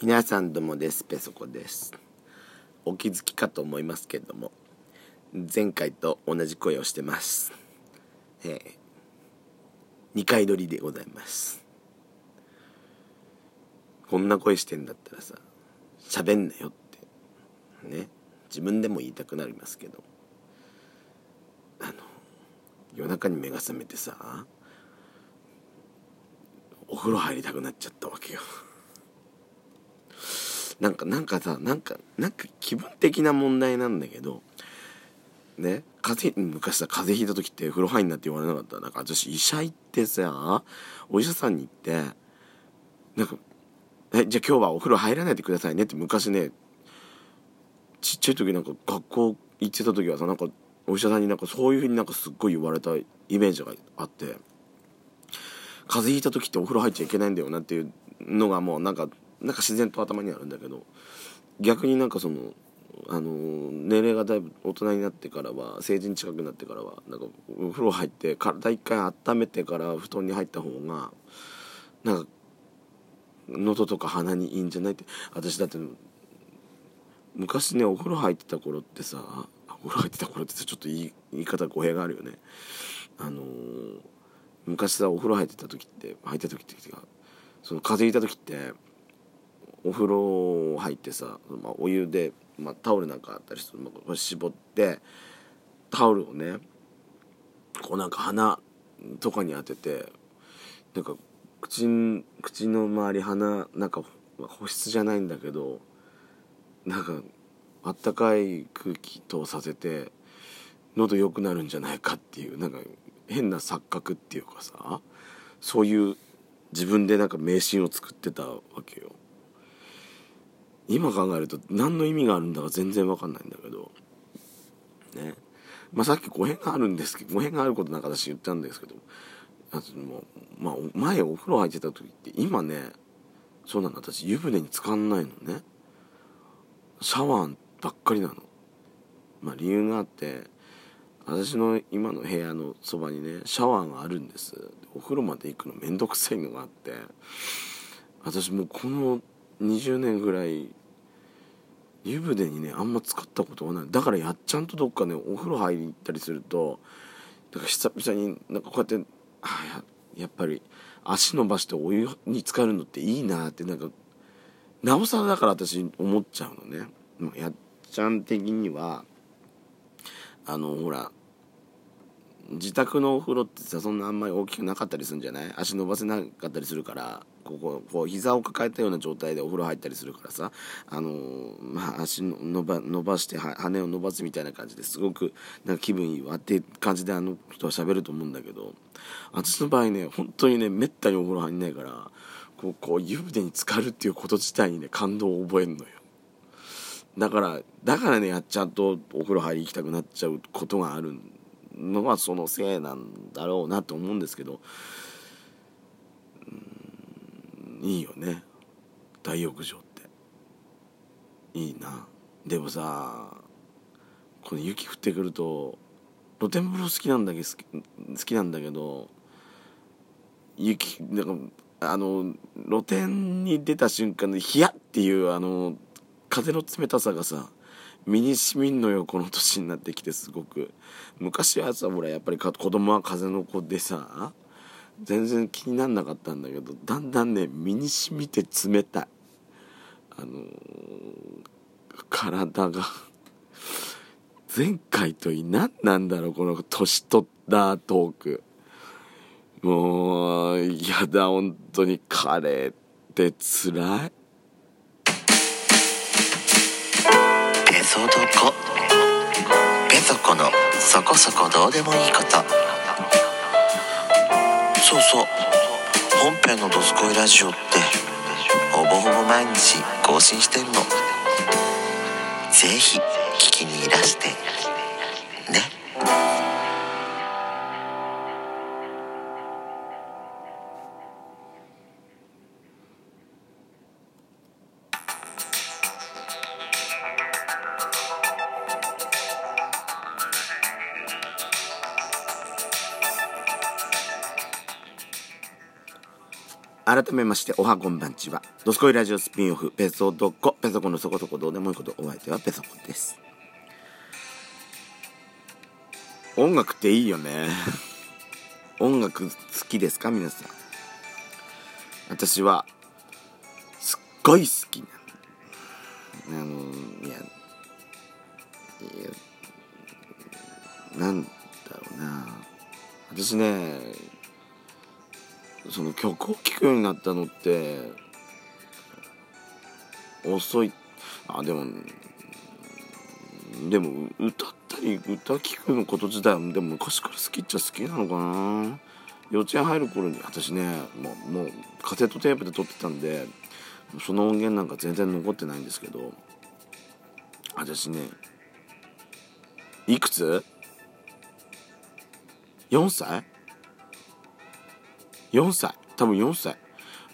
皆さんどうもです。ペソコです。お気づきかと思いますけれども、前回と同じ声をしてます。2回撮りでございます。こんな声してんだったらさ、喋んなよってね、自分でも言いたくなりますけど、夜中に目が覚めてさ、お風呂入りたくなっちゃったわけよ。なんか気分的な問題なんだけどね、昔さ、風邪ひいた時って風呂入んなって言われなかった？なんか私医者行ってさ、お医者さんに行ってなんかじゃあ今日はお風呂入らないでくださいねって昔ね、ちっちゃい時なんか学校行ってた時はさ、なんかお医者さんになんかそういう風になんかすっごい言われたイメージがあって、風邪ひいた時ってお風呂入っちゃいけないんだよなっていうのがもうなんか自然と頭にあるんだけど、逆になんかその年齢がだいぶ大人になってからは、成人近くなってからはなんかお風呂入って体一回温めてから布団に入った方がなんか喉とか鼻にいいんじゃないって。私だって昔ね、お風呂入ってた頃ってちょっと言い方語弊があるよね。昔さ、お風呂入ってた時ってその風邪ひいた時ってお風呂入ってさ、お湯で、タオルなんかあったりする、絞ってタオルをね、こうなんか鼻とかに当てて、なんか口の周り、鼻なんか保湿じゃないんだけど、なんかあったかい空気通させて喉良くなるんじゃないかっていう、なんか変な錯覚っていうかさ、そういう自分でなんか迷信を作ってたわけよ。今考えると何の意味があるんだか全然わかんないんだけどね。さっき語弊があることなんか私言ったんですけど、前お風呂入ってた時って今ね、そうなの、私湯船に浸かんないのね。シャワーばっかりなの。理由があって、私の今の部屋のそばにねシャワーがあるんです。お風呂まで行くのめんどくさいのがあって、私もうこの20年ぐらい湯船にねあんま使ったことがない。だからちゃんとどっかねお風呂入り行ったりすると、だから久々になんかこうやってやっぱり足伸ばしてお湯に浸かるのっていいなって、なんかなおさらだから私思っちゃうのね。やっちゃん的にはほら、自宅のお風呂ってさ、そんなあんまり大きくなかったりするんじゃない？足伸ばせなかったりするから、こう膝を抱えたような状態でお風呂入ったりするからさ、足の伸ばして羽を伸ばすみたいな感じですごくなんか気分いいわって感じで人は喋ると思うんだけど、私の場合ね、本当にねめったにお風呂入んないから、こう湯船に浸かるっていうこと自体にね感動を覚えるのよ。だからね、ちゃんとお風呂入り行きたくなっちゃうことがあるのはそのせいなんだろうなと思うんですけど、いいよね、大浴場っていいな。でもさ、この雪降ってくると露天風呂好きなんだけど、なんか露天に出た瞬間にヒヤッっていう風の冷たさがさ身に染みんのよ、この年になってきて。すごく昔はさ、ほらやっぱり子供は風の子でさ全然気になんなかったんだけど、だんだんね身に染みて冷たい体が前回といい、何なんだろうこの年取ったトーク。もうやだ、本当にカレーってつらい。 ペソドコ、ペソコのそこそこどうでもいいこと。そうそう、本編のドスコイラジオってほぼほぼ毎日更新してるの。ぜひ聞きにいらしてね。 改めましておはこんばんちは。ドスコイラジオスピンオフペソドコ、ペソコのそこそこどうでもいいこと、お相手はペソコです。音楽っていいよね。音楽好きですか皆さん。私はすっごい好きなんだろうな、私ね、その曲を聴くようになったのって遅い。でも歌ったり歌聴くのこと自体はでも昔から好きっちゃ好きなのかな。幼稚園入る頃に私ね、もうカセットテープで撮ってたんで、その音源なんか全然残ってないんですけど、私ね、いくつ ?4 歳4歳、多分4歳。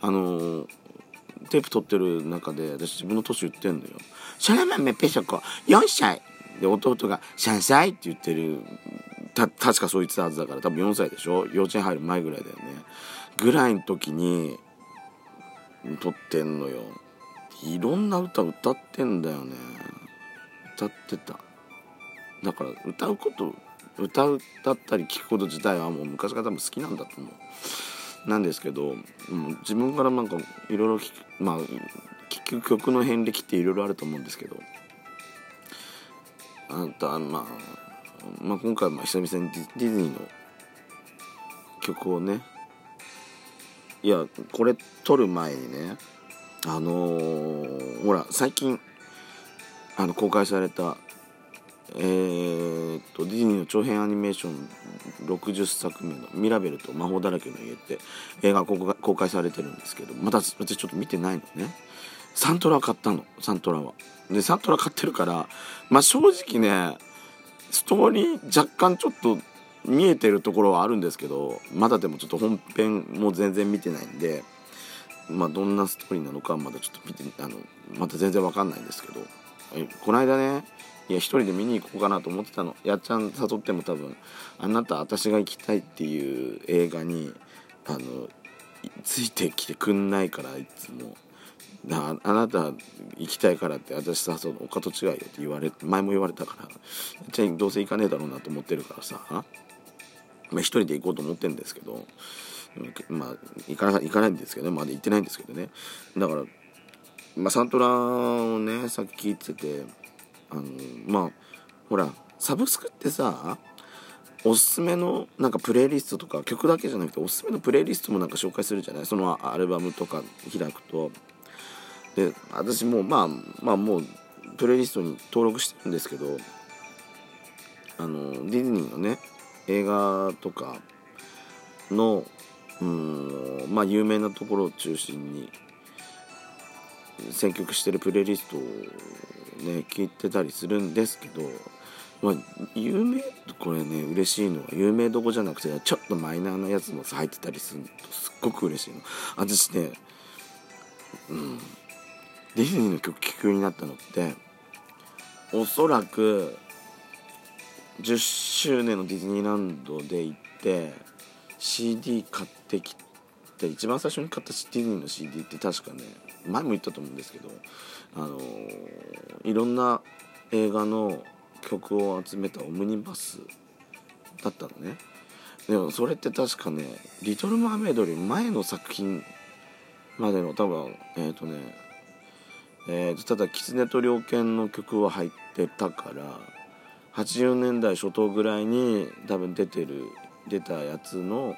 テープ撮ってる中で私自分の年言ってんのよ。シャラマメペソコ4歳で、弟が3歳って言ってる。確かそう言ってたはずだから、多分4歳でしょ。幼稚園入る前ぐらいだよね。ぐらいの時に撮ってんのよ。いろんな歌歌ってんだよね。歌ってた。だから歌ったり聴くこと自体はもう昔から多分好きなんだと思う。なんですけど、自分からなんかいろいろ聴く曲の遍歴っていろいろあると思うんですけど、今回久々にディズニーの曲をね、いやこれ撮る前にね、ほら最近公開されたディズニーの長編アニメーション60作目のミラベルと魔法だらけの家って映画が公開されてるんですけど、また私ちょっと見てないのね。サントラ買ったの。サントラ買ってるから、正直ね、ストーリー若干ちょっと見えてるところはあるんですけど、まだでもちょっと本編も全然見てないんで、どんなストーリーなのかまだちょっと見てまだ全然わかんないんですけど、この間ね、一人で見に行こうかなと思ってたの。やっちゃん誘っても多分あなた私が行きたいっていう映画についてきてくんないから、いつもあなた行きたいからって私誘うのお門違いよって前も言われたから、じゃあどうせ行かねえだろうなと思ってるからさ、一人で行こうと思ってるんですけど、行かないんですけどね、まだ行ってないんですけどね。だからサントラをねさっき聞いてて、ほらサブスクってさ、おすすめのなんかプレイリストとか、曲だけじゃなくておすすめのプレイリストもなんか紹介するじゃない。そのアルバムとか開くと、で私ももうプレイリストに登録してるんですけど、ディズニーのね映画とかの有名なところを中心に選曲してるプレイリストをね聞いてたりするんですけど、有名、これね嬉しいのは有名どこじゃなくてちょっとマイナーなやつも入ってたりするとすっごく嬉しいの。私ね、ディズニーの曲聴くようになったのっておそらく10周年のディズニーランドで行って CD 買ってきて、一番最初に買ったディズニーの CD って確かね、前も言ったと思うんですけど、いろんな映画の曲を集めたオムニバスだったのね。でもそれって確かね、リトルマーメイドより前の作品までの多分ただキツネと猟犬の曲は入ってたから、80年代初頭ぐらいに多分出たやつの、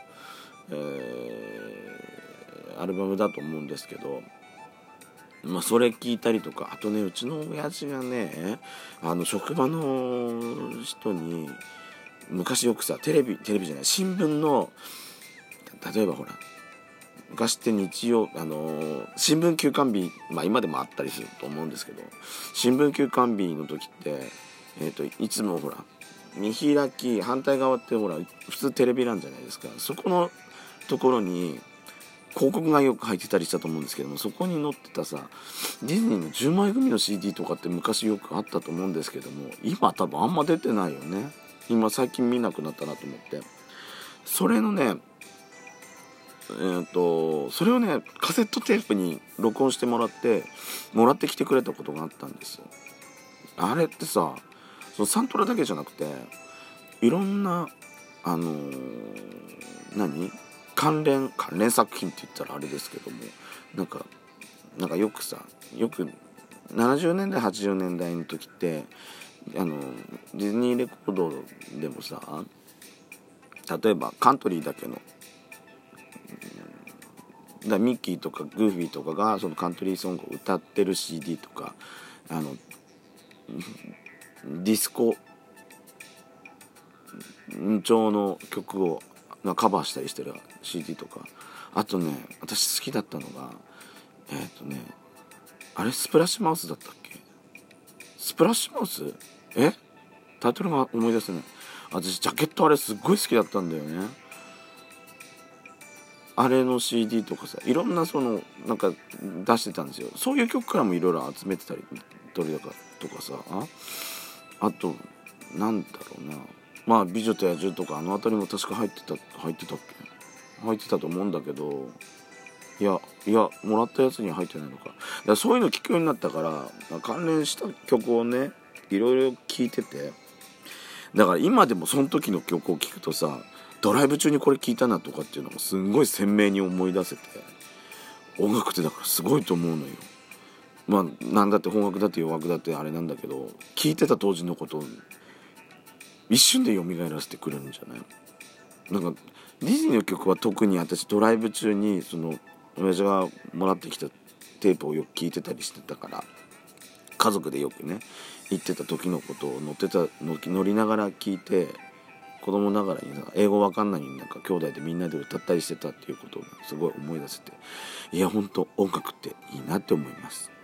アルバムだと思うんですけど、それ聞いたりとか、あとね、うちの親父がね、職場の人に昔よくさ、テレビじゃない、新聞の、例えばほら昔って日曜新聞休刊日、今でもあったりすると思うんですけど、新聞休刊日の時っていつもほら見開き反対側ってほら普通テレビ欄じゃないですか。そこのところに広告がよく入ってたりしたと思うんですけども、そこに載ってたさディズニーの10枚組の CD とかって昔よくあったと思うんですけども、今多分あんま出てないよね。今最近見なくなったなと思って、それのねそれをねカセットテープに録音してもらってきてくれたことがあったんですよ。あれってさ、そのサントラだけじゃなくていろんな関連作品って言ったらあれですけども、なんかよく70年代80年代の時ってディズニーレコードでもさ、例えばカントリーだけのミッキーとかグーフィーとかがそのカントリーソングを歌ってる CD とか、ディスコ調の曲をカバーしたりしてる CD とか、あとね私好きだったのがあれスプラッシュマウスだったっけ？スプラッシュマウス？タイトルが思い出せない。私ジャケットあれすっごい好きだったんだよね。あれの CD とかさ、いろんな出してたんですよ。そういう曲からもいろいろ集めてたりとかさ、あとなんだろうな、美女と野獣とかあの辺りも確か入ってたと思うんだけど、いやもらったやつには入ってないのか。だからそういうの聞くようになったから、関連した曲をねいろいろ聴いてて、だから今でもその時の曲を聴くとさ、ドライブ中にこれ聴いたなとかっていうのもすんごい鮮明に思い出せて、音楽ってだからすごいと思うのよ。なんだって邦楽だって洋楽だってあれなんだけど、聴いてた当時のことを一瞬で蘇らせてくれるんじゃない？ディズニーの曲は特に私ドライブ中にその親父がもらってきたテープをよく聴いてたりしてたから、家族でよくね行ってた時のことを乗りながら聞いて、子供ながらに英語わかんないのに兄弟でみんなで歌ったりしてたっていうことをすごい思い出せて、いやほんと音楽っていいなって思います。